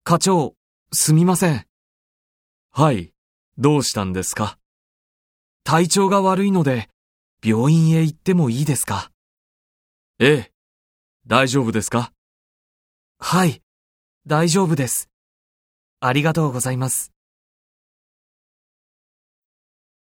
課長、すみません。 はい、どうしたんですか？ 体調が悪いので、病院へ行ってもいいですか？ ええ、大丈夫ですか？ はい、大丈夫です。ありがとうございます。